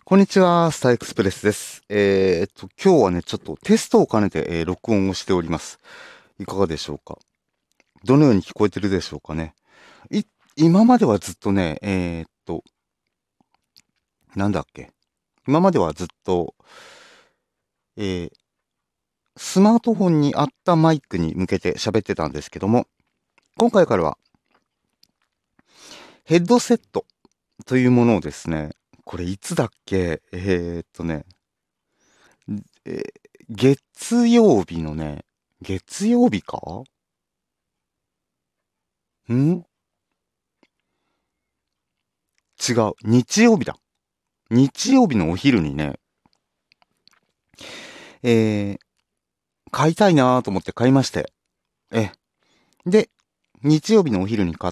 こんにちは、スターエクスプレスです。今日はね、ちょっとテストを兼ねて、録音をしております。いかがでしょうか？どのように聞こえてるでしょうかね？い、今まではずっとね、なんだっけ。今まではずっと、えースマートフォンにあったマイクに向けて喋ってたんですけども、今回からはヘッドセットというものをですね、これいつだっけ？えー月曜日のね、月曜日かん違う。日曜日だ。日曜日のお昼にね、えー、買いたいなと思って買いまして。え、で、日曜日のお昼に買って、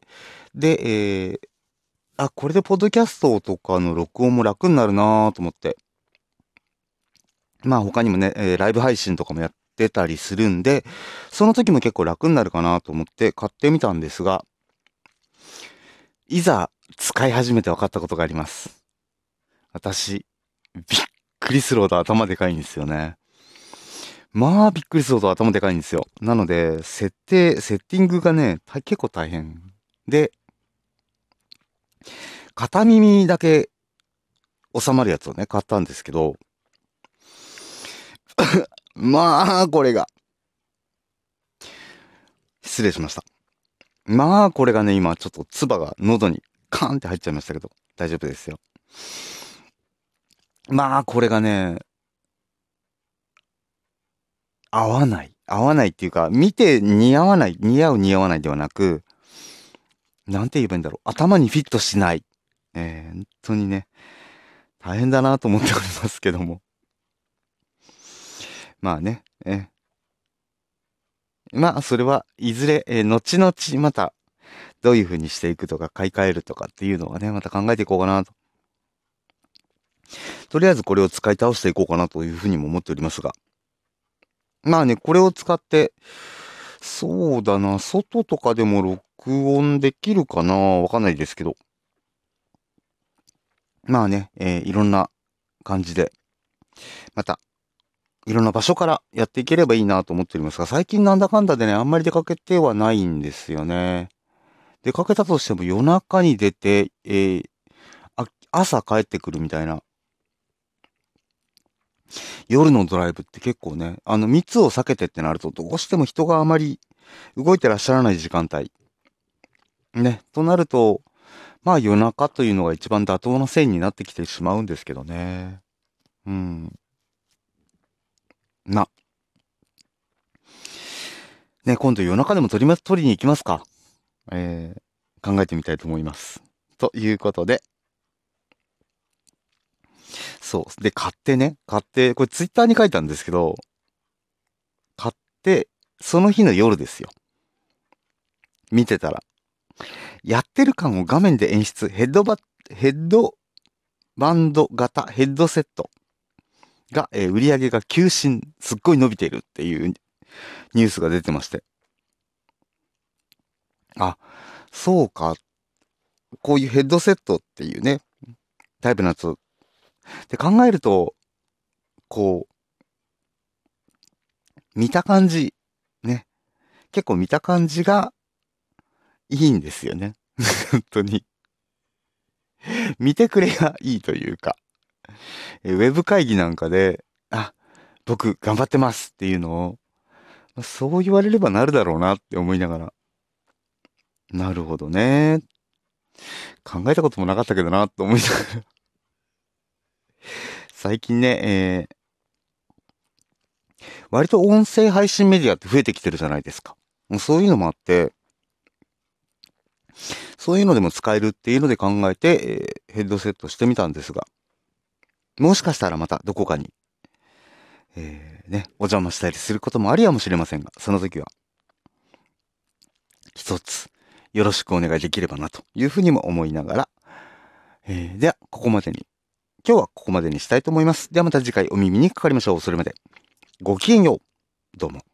で、これでポッドキャストとかの録音も楽になるなと思って。まあ他にもね、ライブ配信とかもやってたりするんで、その時も結構楽になるかなと思って買ってみたんですが、いざ使い始めて分かったことがあります。私、びっくりするほど頭でかいんですよね。まあ、びっくりするほど頭でかいんですよ。なので、セッティングがね、結構大変。で、片耳だけ収まるやつをね、買ったんですけど、まあ、これが、失礼しました。まあ、これがね、今、ちょっと唾が喉にカーンって入っちゃいましたけど、大丈夫ですよ。まあ、これがね、合わない。合わないっていうか、見て似合わない、似合う似合わないではなく、なんて言えばいいんだろう。頭にフィットしない。本当にね、大変だなと思っておりますけども。まあね、まあ、それはいずれ、後々また、どういう風にしていくとか、買い替えるとかっていうのはね、また考えていこうかなと。とりあえずこれを使い倒していこうかなというふうにも思っておりますが。まあね、これを使って、そうだな、外とかでも録音できるかなわかんないですけど。まあね、いろんな感じで、また、いろんな場所からやっていければいいなと思っておりますが、最近なんだかんだでね、あんまり出かけてはないんですよね。出かけたとしても夜中に出て、朝帰ってくるみたいな。夜のドライブって結構ね、密を避けてってなると、どうしても人があまり動いてらっしゃらない時間帯。ね。となると、まあ夜中というのが一番妥当な線になってきてしまうんですけどね。うん。な。ね、今度夜中でも取りに行きますか。考えてみたいと思います。ということで、そう。で、買って、これツイッターに書いたんですけど、買って、その日の夜ですよ。見てたら。やってる感を画面で演出。ヘッドバンド型ヘッドセットが、売り上げが急進、すっごい伸びているっていうニュースが出てまして。あ、そうか。こういうヘッドセットっていうね、タイプのやつ。で考えると、こ見た感じ、ね。結構見た感じがいいんですよね。本当に。見てくれがいいというか。ウェブ会議なんかで、僕頑張ってますっていうのを、そう言われればなるだろうなって思いながら。なるほどね。考えたこともなかったけどなって思いながら。最近ね、割と音声配信メディアって増えてきてるじゃないですか。もうそういうのもあって、そういうのでも使えるっていうので考えて、ヘッドセットしてみたんですが、もしかしたらまたどこかに、お邪魔したりすることもありやもしれませんが、その時は一つよろしくお願いできればなというふうにも思いながら、では、今日はここまでにしたいと思います。ではまた次回お耳にかかりましょう。それまで、ごきげんよう。どうも。